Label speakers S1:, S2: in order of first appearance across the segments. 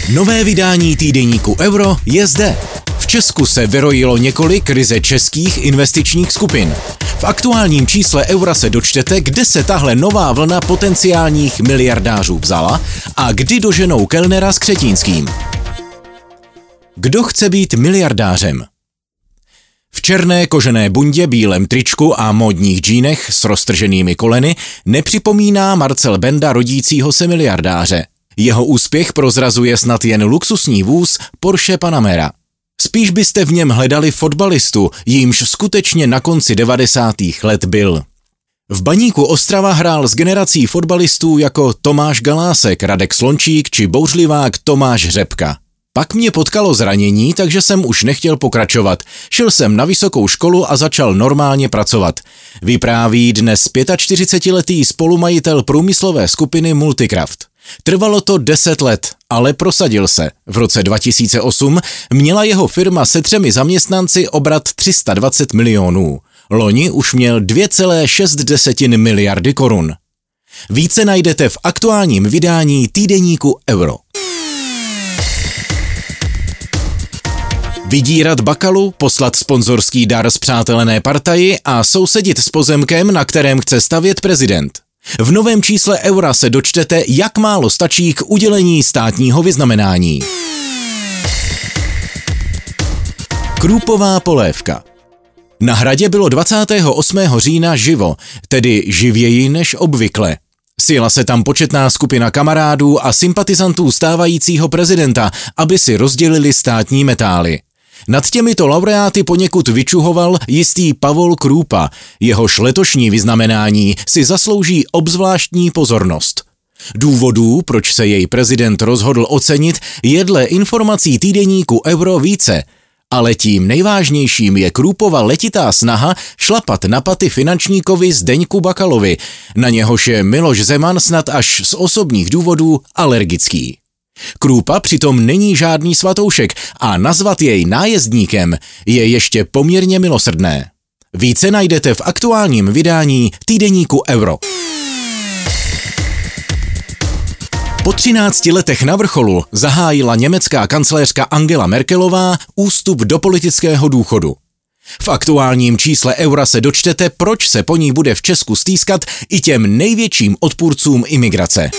S1: Nové vydání týdeníku Euro je zde. V Česku se vyrojilo několik ryze českých investičních skupin. V aktuálním čísle Eura se dočtete, kde se tahle nová vlna potenciálních miliardářů vzala a kdy doženou Kellnera s Křetínským. Kdo chce být miliardářem? V černé kožené bundě, bílém tričku a módních džínech s roztrženými koleny nepřipomíná Marcel Benda rodícího se miliardáře. Jeho úspěch prozrazuje snad jen luxusní vůz Porsche Panamera. Spíš byste v něm hledali fotbalistu, jímž skutečně na konci 90. let byl. V Baníku Ostrava hrál s generací fotbalistů jako Tomáš Galásek, Radek Slončík či bouřlivák Tomáš Řepka. Pak mě potkalo zranění, takže jsem už nechtěl pokračovat. Šel jsem na vysokou školu a začal normálně pracovat. Vypráví dnes 45letý spolumajitel průmyslové skupiny Multicraft. Trvalo to 10 let, ale prosadil se. V roce 2008 měla jeho firma se 3 zaměstnanci obrat 320 milionů. Loni už měl 2,6 miliardy korun. Více najdete v aktuálním vydání týdeníku Euro. Vydírat Bakalu, poslat sponzorský dar spřátelené partaji a sousedit s pozemkem, na kterém chce stavět prezident. V novém čísle Eura se dočtete, jak málo stačí k udělení státního vyznamenání. Krůpová polévka. Na Hradě bylo 28. října živo, tedy živěji než obvykle. Sjela se tam početná skupina kamarádů a sympatizantů stávajícího prezidenta, aby si rozdělili státní metály. Nad těmito laureáty poněkud vyčuhoval jistý Pavol Krůpa, jehož letošní vyznamenání si zaslouží obzvláštní pozornost. Důvodů, proč se jej prezident rozhodl ocenit, je dle informací týdeníku Euro více, ale tím nejvážnějším je Krůpova letitá snaha šlapat na paty finančníkovi Zdeňku Bakalovi, na něhož je Miloš Zeman snad až z osobních důvodů alergický. Krůpa přitom není žádný svatoušek a nazvat jej nájezdníkem je ještě poměrně milosrdné. Více najdete v aktuálním vydání týdeníku Euro. Po 13 letech na vrcholu zahájila německá kancléřka Angela Merkelová ústup do politického důchodu. V aktuálním čísle Eura se dočtete, proč se po ní bude v Česku stýskat i těm největším odpůrcům imigrace.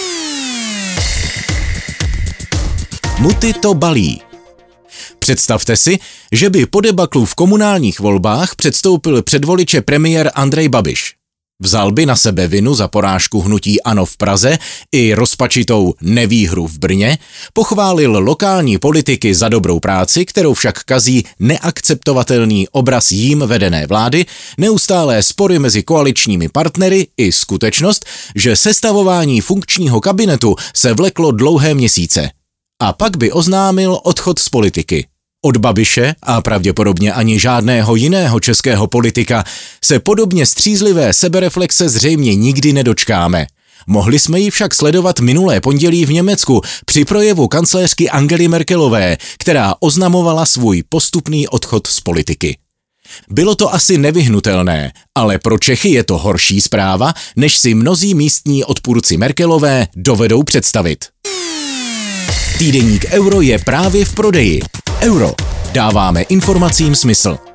S1: Muty to balí. Představte si, že by po debaklu v komunálních volbách předstoupil před voliče premiér Andrej Babiš. Vzal by na sebe vinu za porážku hnutí ANO v Praze i rozpačitou nevýhru v Brně, pochválil lokální politiky za dobrou práci, kterou však kazí neakceptovatelný obraz jím vedené vlády, neustálé spory mezi koaličními partnery i skutečnost, že sestavování funkčního kabinetu se vleklo dlouhé měsíce. A pak by oznámil odchod z politiky. Od Babiše a pravděpodobně ani žádného jiného českého politika se podobně střízlivé sebereflexe zřejmě nikdy nedočkáme. Mohli jsme ji však sledovat minulé pondělí v Německu při projevu kancléřky Angely Merkelové, která oznamovala svůj postupný odchod z politiky. Bylo to asi nevyhnutelné, ale pro Čechy je to horší zpráva, než si mnozí místní odpůrci Merkelové dovedou představit. Týdeník Euro je právě v prodeji. Euro. Dáváme informacím smysl.